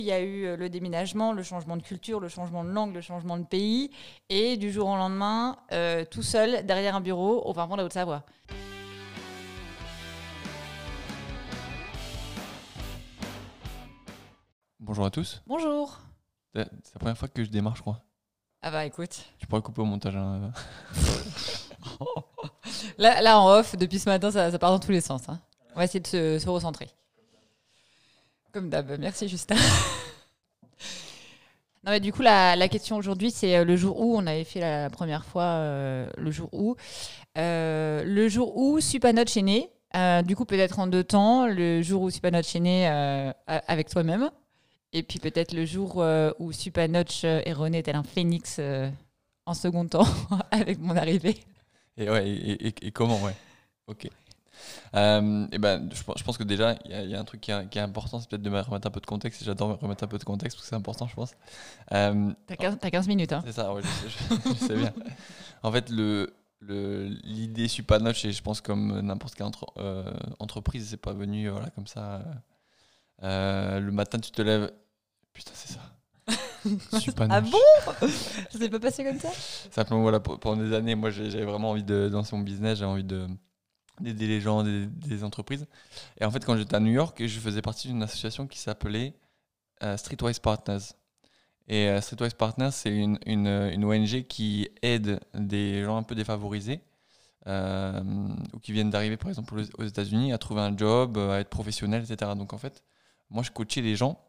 Il y a eu le déménagement, le changement de culture, le changement de langue, le changement de pays. Et du jour au lendemain, tout seul, derrière un bureau, au fin fond de la Haute-Savoie. Bonjour à tous. Bonjour. C'est la première fois que je démarre, je crois. Ah bah écoute, Tu pourrais couper au montage. Hein. là en off, depuis ce matin, ça part dans tous les sens. Hein. On va essayer de se recentrer. Comme d'hab, merci Justin. Non, mais du coup, la question aujourd'hui, c'est le jour où, on avait fait la première fois le jour où Supanoch est né. Du coup, peut-être en deux temps, le jour où Supanoch est né avec toi-même, et puis peut-être le jour où Supanoch est rené tel un phénix en second temps avec mon arrivée. Et ouais, et comment, ouais. Ok. Et ben, je pense que déjà, il y a un truc qui est important, c'est peut-être de me remettre un peu de contexte. Et j'adore remettre un peu de contexte parce que c'est important, je pense. T'as 15 minutes, hein. C'est ça, ouais, je sais bien. En fait, l'idée Supanoch, et je pense comme n'importe quelle entreprise, c'est pas venu voilà, comme ça. Le matin, tu te lèves. Putain, c'est ça. Supanoch. Ah bon? Ça s'est pas passé comme ça? Simplement, voilà, pendant des années, moi, j'avais vraiment envie de lancer mon business, j'avais envie d'aider les gens, des entreprises. Et en fait, quand j'étais à New York, je faisais partie d'une association qui s'appelait Streetwise Partners. Et Streetwise Partners, c'est une ONG qui aide des gens un peu défavorisés ou qui viennent d'arriver, par exemple, aux États-Unis, à trouver un job, à être professionnels, etc. Donc, en fait, moi, je coachais les gens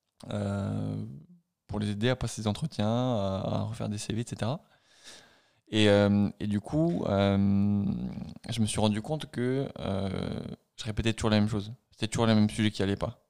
pour les aider à passer des entretiens, à refaire des CV, etc. Et du coup, je me suis rendu compte que je répétais toujours la même chose. C'était toujours les mêmes sujets qui n'allaient pas.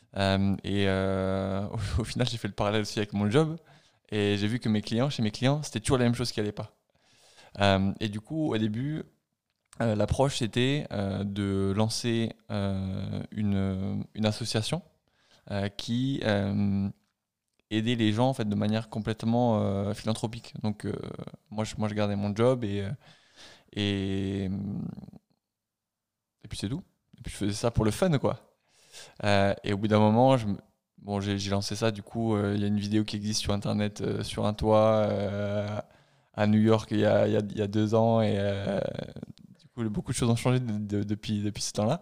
Au final, j'ai fait le parallèle aussi avec mon job. Et j'ai vu que chez mes clients, c'était toujours la même chose qui n'allait pas. Et du coup, au début, l'approche, c'était de lancer une association qui aider les gens en fait de manière complètement philanthropique. Donc moi je gardais mon job et, et puis c'est tout. Et puis je faisais ça pour le fun quoi. Et au bout d'un moment j'ai lancé ça. Du coup il y a une vidéo qui existe sur internet sur un toit à New York il y a 2 ans et du coup beaucoup de choses ont changé depuis ce temps-là.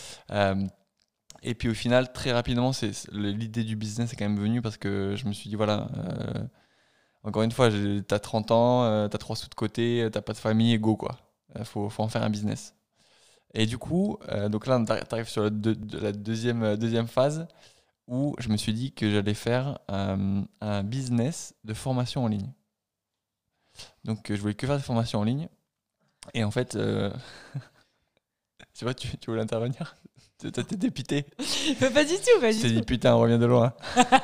Et puis au final, très rapidement, l'idée du business est quand même venue parce que je me suis dit, voilà, encore une fois, t'as 30 ans, t'as 3 sous de côté, t'as pas de famille, et go quoi. Faut en faire un business. Et du coup, donc là, t'arrives sur la deuxième phase où je me suis dit que j'allais faire un business de formation en ligne. Donc je voulais que faire des formations en ligne. Et en fait, tu vois, tu voulais intervenir? T'es dépité. Pas du tout, pas Tu du t'es dit, tout. putain, on revient de loin.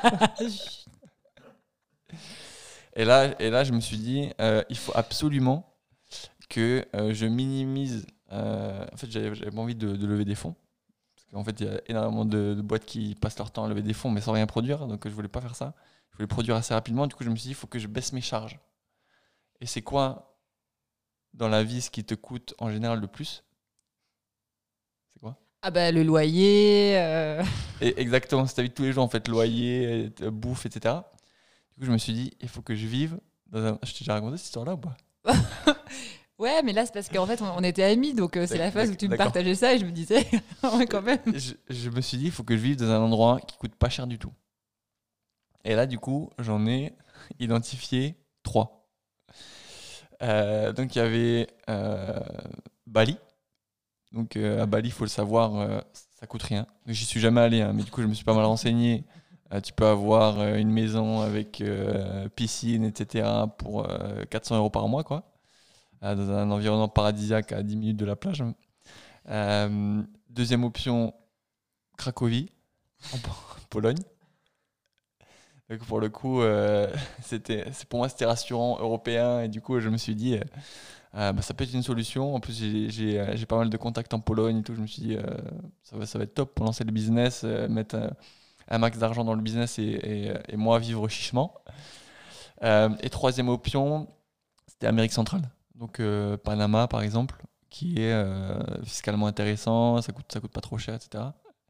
Et là, je me suis dit, il faut absolument que je minimise. En fait, j'avais pas envie de lever des fonds. Parce qu'en fait, il y a énormément de boîtes qui passent leur temps à lever des fonds, mais sans rien produire. Donc, je voulais pas faire ça. Je voulais produire assez rapidement. Du coup, je me suis dit, il faut que je baisse mes charges. Et c'est quoi, dans la vie, ce qui te coûte en général le plus? C'est quoi? Ah bah le loyer. Et exactement, c'est ta vie de tous les jours, en fait, loyer, bouffe, etc. Du coup, je me suis dit, il faut que je vive dans un. Je t'ai déjà raconté cette histoire-là ou pas? Ouais, mais là, c'est parce qu'en fait, on était amis, donc c'est la phase où tu me D'accord. partageais ça et je me disais, ouais, quand même. Je me suis dit, il faut que je vive dans un endroit qui coûte pas cher du tout. Et là, du coup, j'en ai identifié 3. Donc, il y avait Bali. Donc, à Bali, il faut le savoir, ça coûte rien. J'y suis jamais allé, hein, mais du coup, je me suis pas mal renseigné. Tu peux avoir une maison avec piscine, etc. pour 400 euros par mois, quoi. Dans un environnement paradisiaque à 10 minutes de la plage. Deuxième option, Cracovie, en Pologne. Donc pour le coup, pour moi, c'était rassurant européen. Et du coup, je me suis dit, ça peut être une solution. En plus, j'ai pas mal de contacts en Pologne et tout. Je me suis dit, ça va être top pour lancer le business, mettre un max d'argent dans le business et moi vivre chichement. Et troisième option, c'était Amérique centrale. Donc Panama, par exemple, qui est fiscalement intéressant, ça coûte pas trop cher, etc.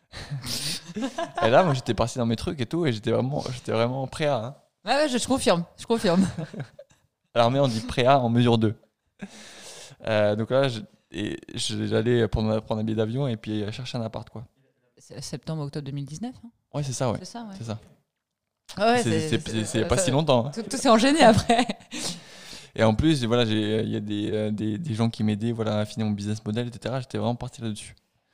Et là, moi, j'étais parti dans mes trucs et tout, et j'étais vraiment préa. Hein. Ouais, je confirme. À l'armée, on dit préa en mesure 2. Donc là, j'allais prendre un billet d'avion et puis chercher un appart, quoi. C'est septembre-octobre 2019. Hein. Ouais, c'est ça, ouais. C'est ça, ouais. C'est ça. Ouais, c'est pas si longtemps. Hein. Tout s'est enchaîné après. Et en plus, voilà, il y a des gens qui m'aidaient voilà, à affiner mon business model, etc. J'étais vraiment parti là-dessus.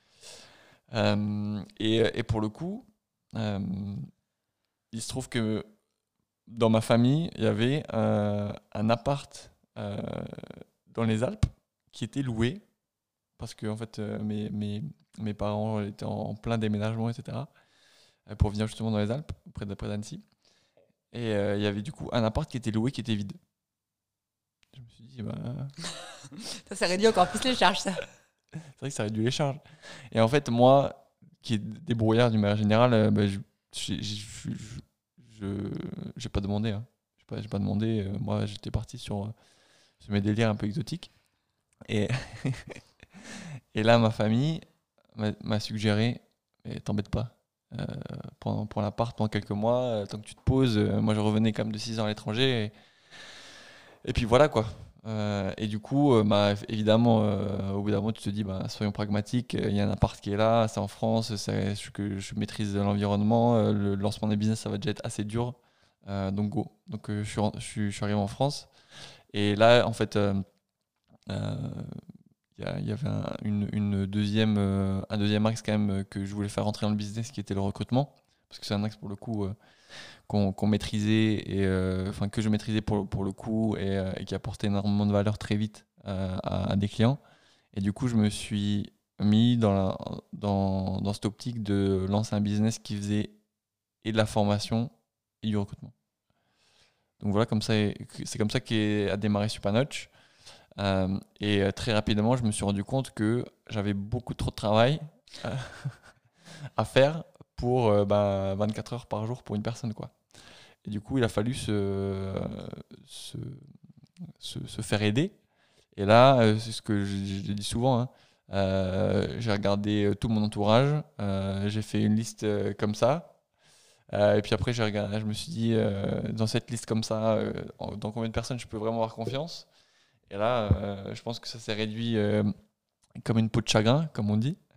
Et pour le coup, il se trouve que dans ma famille, il y avait un appart dans les Alpes qui était loué parce que en fait, mes parents étaient en plein déménagement, etc. Pour venir justement dans les Alpes, près d'Annecy. Et il y avait du coup un appart qui était loué, qui était vide. Je me suis dit, Ça réduit encore plus les charges, ça. C'est vrai que ça réduit les charges. Et en fait, moi, qui est débrouillard d'une manière générale, j'ai pas demandé. Hein. J'ai pas demandé. Moi, j'étais parti sur mes délires un peu exotiques. Et, et là, ma famille m'a suggéré, mais t'embête pas. Pour l'appart pendant quelques mois, tant que tu te poses. Moi, je revenais quand même de 6 ans à l'étranger. Et puis voilà, quoi. Et du coup, évidemment, au bout d'un moment, tu te dis, soyons pragmatiques. Il y a un appart qui est là, c'est en France, je maîtrise l'environnement. Le lancement des business, ça va déjà être assez dur. Donc, go. Donc, je suis arrivé en France. Et là, en fait, il y avait un deuxième axe quand même que je voulais faire rentrer dans le business, qui était le recrutement. Parce que c'est un axe, pour le coup, qu'on maîtrisait, que je maîtrisais pour le coup, et qui apportait énormément de valeur très vite à des clients. Et du coup, je me suis mis dans cette optique de lancer un business qui faisait et de la formation et du recrutement. Donc voilà, c'est comme ça qu'a démarré Supernotch. Et très rapidement, je me suis rendu compte que j'avais beaucoup trop de travail à faire pour 24 heures par jour pour une personne, quoi. Et du coup, il a fallu se faire aider. Et là, c'est ce que je dis souvent, hein. J'ai regardé tout mon entourage, j'ai fait une liste comme ça. Et puis après, je me suis dit, dans cette liste comme ça, dans combien de personnes je peux vraiment avoir confiance. Et là, je pense que ça s'est réduit comme une peau de chagrin, comme on dit.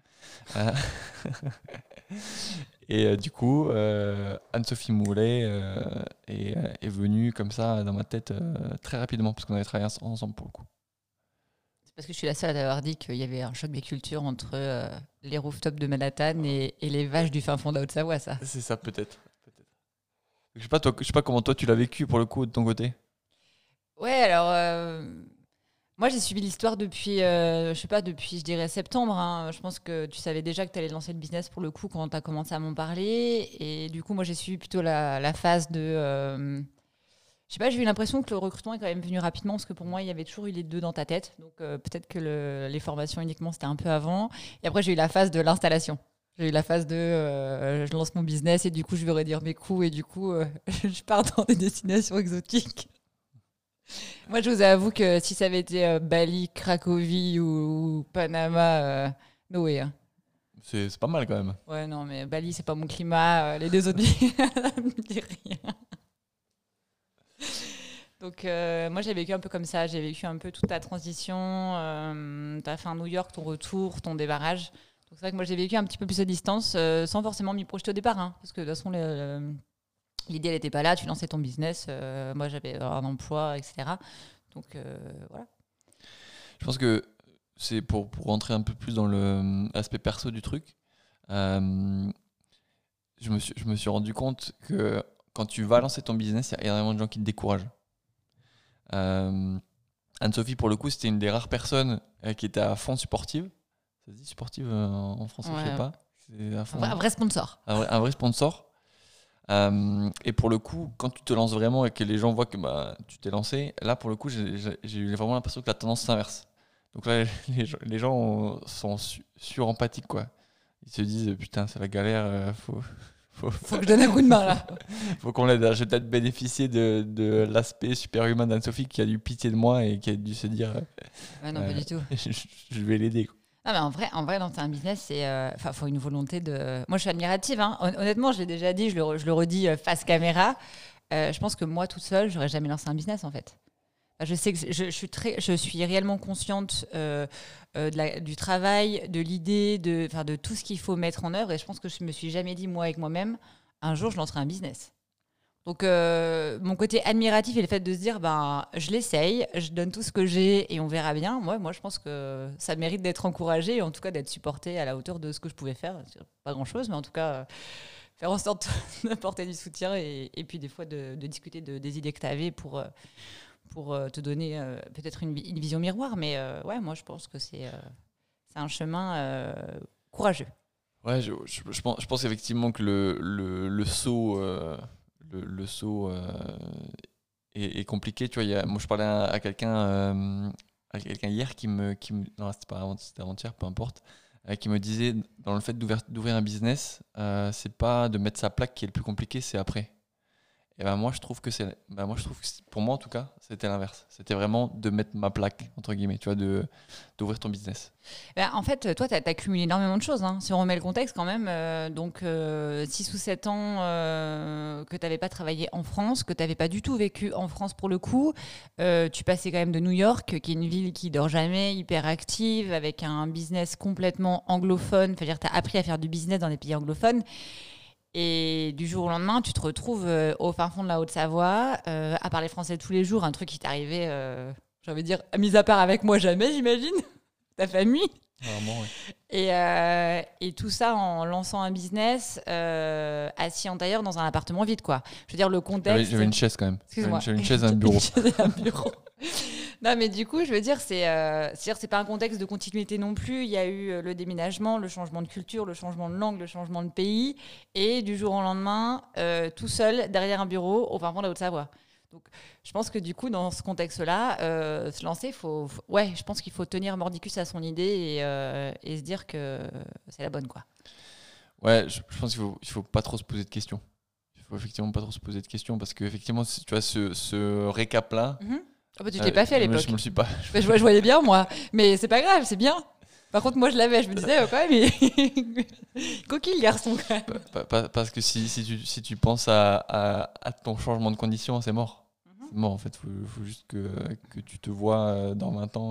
Et du coup, Anne-Sophie Moulet est venue comme ça dans ma tête très rapidement, parce qu'on avait travaillé ensemble pour le coup. C'est parce que je suis la seule à avoir dit qu'il y avait un choc des cultures entre les rooftops de Manhattan et les vaches du fin fond de Haute-Savoie, ça. C'est ça, peut-être. Je sais pas comment toi tu l'as vécu pour le coup de ton côté. Ouais, alors moi j'ai suivi l'histoire depuis, je dirais septembre. Hein. Je pense que tu savais déjà que tu allais lancer le business pour le coup quand tu as commencé à m'en parler. Et du coup, moi j'ai suivi plutôt la phase de. Je sais pas, j'ai eu l'impression que le recrutement est quand même venu rapidement parce que pour moi il y avait toujours eu les deux dans ta tête. Donc peut-être que les formations uniquement c'était un peu avant. Et après j'ai eu la phase de l'installation. J'ai eu la phase de je lance mon business et du coup je vais réduire mes coûts et du coup je pars dans des destinations exotiques. Moi je vous avoue que si ça avait été Bali, Cracovie ou Panama, no way. Hein. C'est pas mal quand même. Ouais non mais Bali c'est pas mon climat, les deux autres villes ça me dit rien. Donc moi j'ai vécu un peu comme ça, j'ai vécu un peu toute ta transition, tu as fait un New York, ton retour, ton débarrage. Donc c'est vrai que moi j'ai vécu un petit peu plus à distance sans forcément m'y projeter au départ, hein, parce que de toute façon l'idée elle n'était pas là, tu lançais ton business, moi j'avais un emploi, etc. Donc voilà. Je pense que c'est pour rentrer un peu plus dans l'aspect perso du truc, je me suis rendu compte que quand tu vas lancer ton business, il y a énormément de gens qui te découragent. Anne-Sophie, pour le coup, c'était une des rares personnes qui était à fond sportive. Ça se dit sportive en français, ouais. Je sais pas. C'est un vrai sponsor. Un vrai sponsor. Et pour le coup, quand tu te lances vraiment et que les gens voient que tu t'es lancé, là, pour le coup, j'ai eu vraiment l'impression que la tendance s'inverse. Donc là, les gens sont surempathiques, quoi. Ils se disent, putain, c'est la galère, faut que je donne un coup de main, là. Faut qu'on l'aide. J'ai peut-être bénéficié de l'aspect super humain d'Anne-Sophie qui a eu pitié de moi et qui a dû se dire non, pas du tout. Je vais l'aider, quoi. Ah, mais en vrai, lancer un business, c'est, faut une volonté de. Moi, je suis admirative. Hein. Honnêtement, je l'ai déjà dit, je le redis face caméra. Je pense que moi, toute seule, j'aurais jamais lancé un business, en fait. Je sais que je suis réellement consciente du travail, de l'idée, de tout ce qu'il faut mettre en œuvre. Et je pense que je me suis jamais dit, moi, avec moi-même, un jour, je lancerai un business. Donc, mon côté admiratif et le fait de se dire, ben, je l'essaye, je donne tout ce que j'ai et on verra bien. Moi, je pense que ça mérite d'être encouragé et en tout cas d'être supporté à la hauteur de ce que je pouvais faire. C'est pas grand-chose, mais en tout cas, faire en sorte d'apporter du soutien et puis des fois de discuter des idées que tu avais pour te donner peut-être une vision miroir. Mais ouais, moi, je pense que c'est un chemin courageux. Ouais, je pense effectivement que le saut, le saut est compliqué. Tu vois, moi, je parlais à quelqu'un hier non, c'était pas avant, c'était avant-hier, peu importe, qui me disait dans le fait d'ouvrir un business, c'est pas de mettre sa plaque qui est le plus compliqué, c'est après. Et ben moi je trouve que pour moi en tout cas c'était l'inverse, c'était vraiment de mettre ma plaque entre guillemets, tu vois, d'ouvrir ton business. Ben, en fait, toi, tu as cumulé énormément de choses. Hein. Si on remet le contexte quand même, donc 6 ou 7 ans que tu n'avais pas travaillé en France, que tu n'avais pas du tout vécu en France pour le coup. Tu passais quand même de New York, qui est une ville qui dort jamais, hyper active, avec un business complètement anglophone. C'est-à-dire tu as appris à faire du business dans des pays anglophones. Et du jour au lendemain, tu te retrouves au fin fond de la Haute-Savoie, à parler français tous les jours, un truc qui t'arrivait, j'ai envie de dire, mis à part avec moi jamais, j'imagine, ta famille. Vraiment, ouais. Et tout ça en lançant un business assis en tailleur dans un appartement vide, quoi. Je veux dire, le contexte... J'avais une chaise quand même. Excuse-moi. J'avais une chaise et un bureau. Un bureau. Non, mais du coup, je veux dire, c'est pas un contexte de continuité non plus. Il y a eu le déménagement, le changement de culture, le changement de langue, le changement de pays. Et du jour au lendemain, tout seul, derrière un bureau, au fin fond de la Haute-Savoie. Donc, je pense que du coup, dans ce contexte-là, se lancer, ouais, je pense qu'il faut tenir mordicus à son idée et se dire que c'est la bonne, quoi. Ouais, je pense qu'il faut pas trop se poser de questions. Il faut effectivement pas trop se poser de questions parce que effectivement, tu vois, ce récap-là. Oh bah, tu t'es pas fait à l'époque. Je me le suis pas. Je voyais bien, moi. Mais c'est pas grave, c'est bien. Par contre, moi, je l'avais. Je me disais, quand même, coquille, garçon, quand même. Parce que si tu penses à ton changement de condition, c'est mort. C'est mort, en fait. Il faut juste que tu te vois dans 20 ans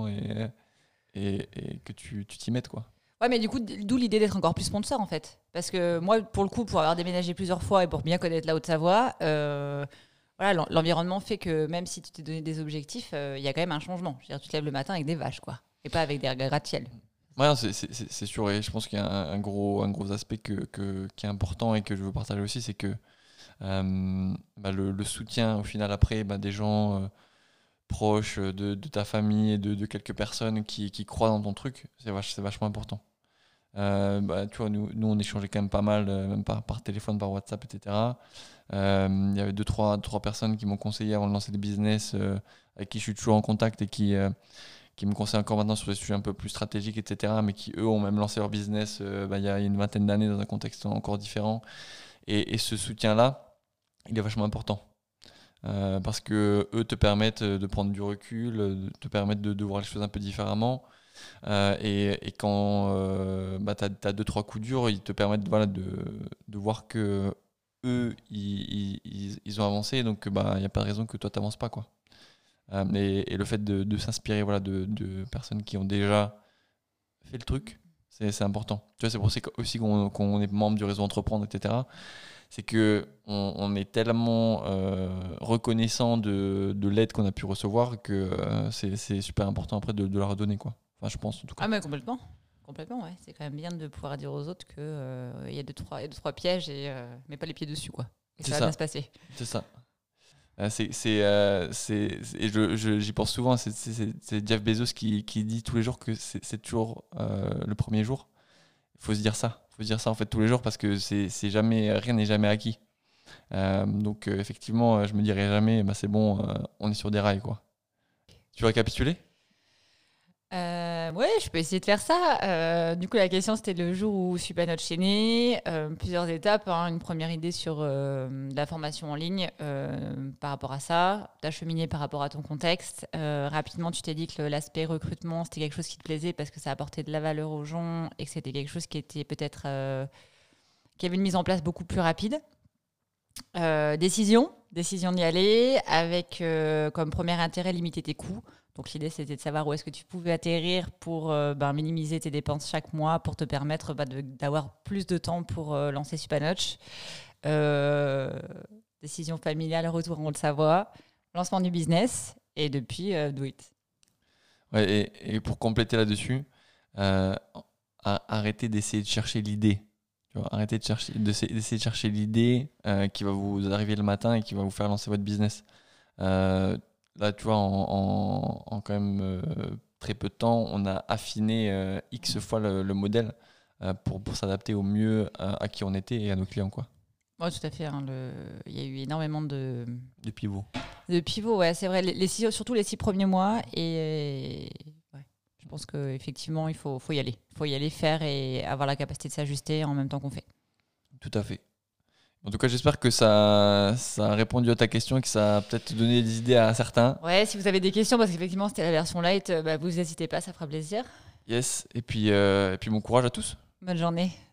et que tu t'y mettes, quoi. Ouais, mais du coup, d'où l'idée d'être encore plus sponsor, en fait. Parce que moi, pour le coup, pour avoir déménagé plusieurs fois et pour bien connaître la Haute-Savoie, voilà, l'environnement fait que même si tu t'es donné des objectifs, il y a quand même un changement. Je veux dire, tu te lèves le matin avec des vaches, quoi. Et pas avec des gratte-ciel. Ouais, c'est sûr. Et je pense qu'il y a un gros aspect qui est important et que je veux partager aussi, c'est que le soutien, au final, après, des gens proches de ta famille et de quelques personnes qui croient dans ton truc, c'est vachement important. Tu vois, nous, on échangeait quand même pas mal, même par téléphone, par WhatsApp, etc. Il y avait deux, trois personnes qui m'ont conseillé avant de lancer des business, avec qui je suis toujours en contact et qui me conseillent encore maintenant sur des sujets un peu plus stratégiques, etc. Mais qui, eux, ont même lancé leur business il y a une vingtaine d'années dans un contexte encore différent. Et ce soutien-là, il est vachement important. Parce que eux te permettent de prendre du recul, te permettent de voir les choses un peu différemment. Et quand tu as deux, trois coups durs, ils te permettent de voir que eux, ils ont avancé, donc il n'y a pas de raison que toi, tu n'avances pas, quoi. Et le fait de s'inspirer de personnes qui ont déjà fait le truc, c'est important. Tu vois, c'est pour ça aussi qu'on est membre du réseau Entreprendre, etc. C'est qu'on est tellement reconnaissant de l'aide qu'on a pu recevoir que c'est super important après de la redonner, quoi. Enfin, je pense en tout cas. Ah mais complètement. Complètement, ouais. C'est quand même bien de pouvoir dire aux autres qu'il y a deux, trois pièges, mais pas les pieds dessus, quoi. Et ça va bien se passer. C'est ça. J'y pense souvent, c'est Jeff Bezos qui dit tous les jours que c'est toujours le premier jour. Il faut se dire ça. Il faut se dire ça en fait tous les jours parce que rien n'est jamais acquis. Donc effectivement, je me dirais jamais, c'est bon, on est sur des rails, quoi. Tu veux récapituler ? Ouais, je peux essayer de faire ça. Du coup, la question, c'était le jour où Supanote est né. Plusieurs étapes, hein. Une première idée sur la formation en ligne par rapport à ça, d'acheminer par rapport à ton contexte. Rapidement, tu t'es dit que l'aspect recrutement, c'était quelque chose qui te plaisait parce que ça apportait de la valeur aux gens et que c'était quelque chose qui était peut-être... qui avait une mise en place beaucoup plus rapide. Décision d'y aller avec comme premier intérêt limiter tes coûts. Donc l'idée c'était de savoir où est-ce que tu pouvais atterrir pour minimiser tes dépenses chaque mois pour te permettre d'avoir plus de temps pour lancer Supanote. Décision familiale, retour en Haute-Savoie, lancement du business et depuis do it. Ouais, et pour compléter là-dessus, arrêtez d'essayer de chercher l'idée. Tu vois, arrêtez d'essayer de chercher l'idée qui va vous arriver le matin et qui va vous faire lancer votre business. Là, tu vois, en quand même très peu de temps, on a affiné X fois le modèle pour s'adapter au mieux à qui on était et à nos clients, quoi. Oui, tout à fait. Hein, il y a eu énormément de pivots. De pivots, ouais, c'est vrai. Surtout les 6 premiers mois. Et ouais, je pense qu'effectivement, il faut y aller. Il faut y aller, faire et avoir la capacité de s'ajuster en même temps qu'on fait. Tout à fait. En tout cas, j'espère que ça a répondu à ta question et que ça a peut-être donné des idées à certains. Ouais, si vous avez des questions, parce qu'effectivement, c'était la version light, vous n'hésitez pas, ça fera plaisir. Yes, et puis bon courage à tous. Bonne journée.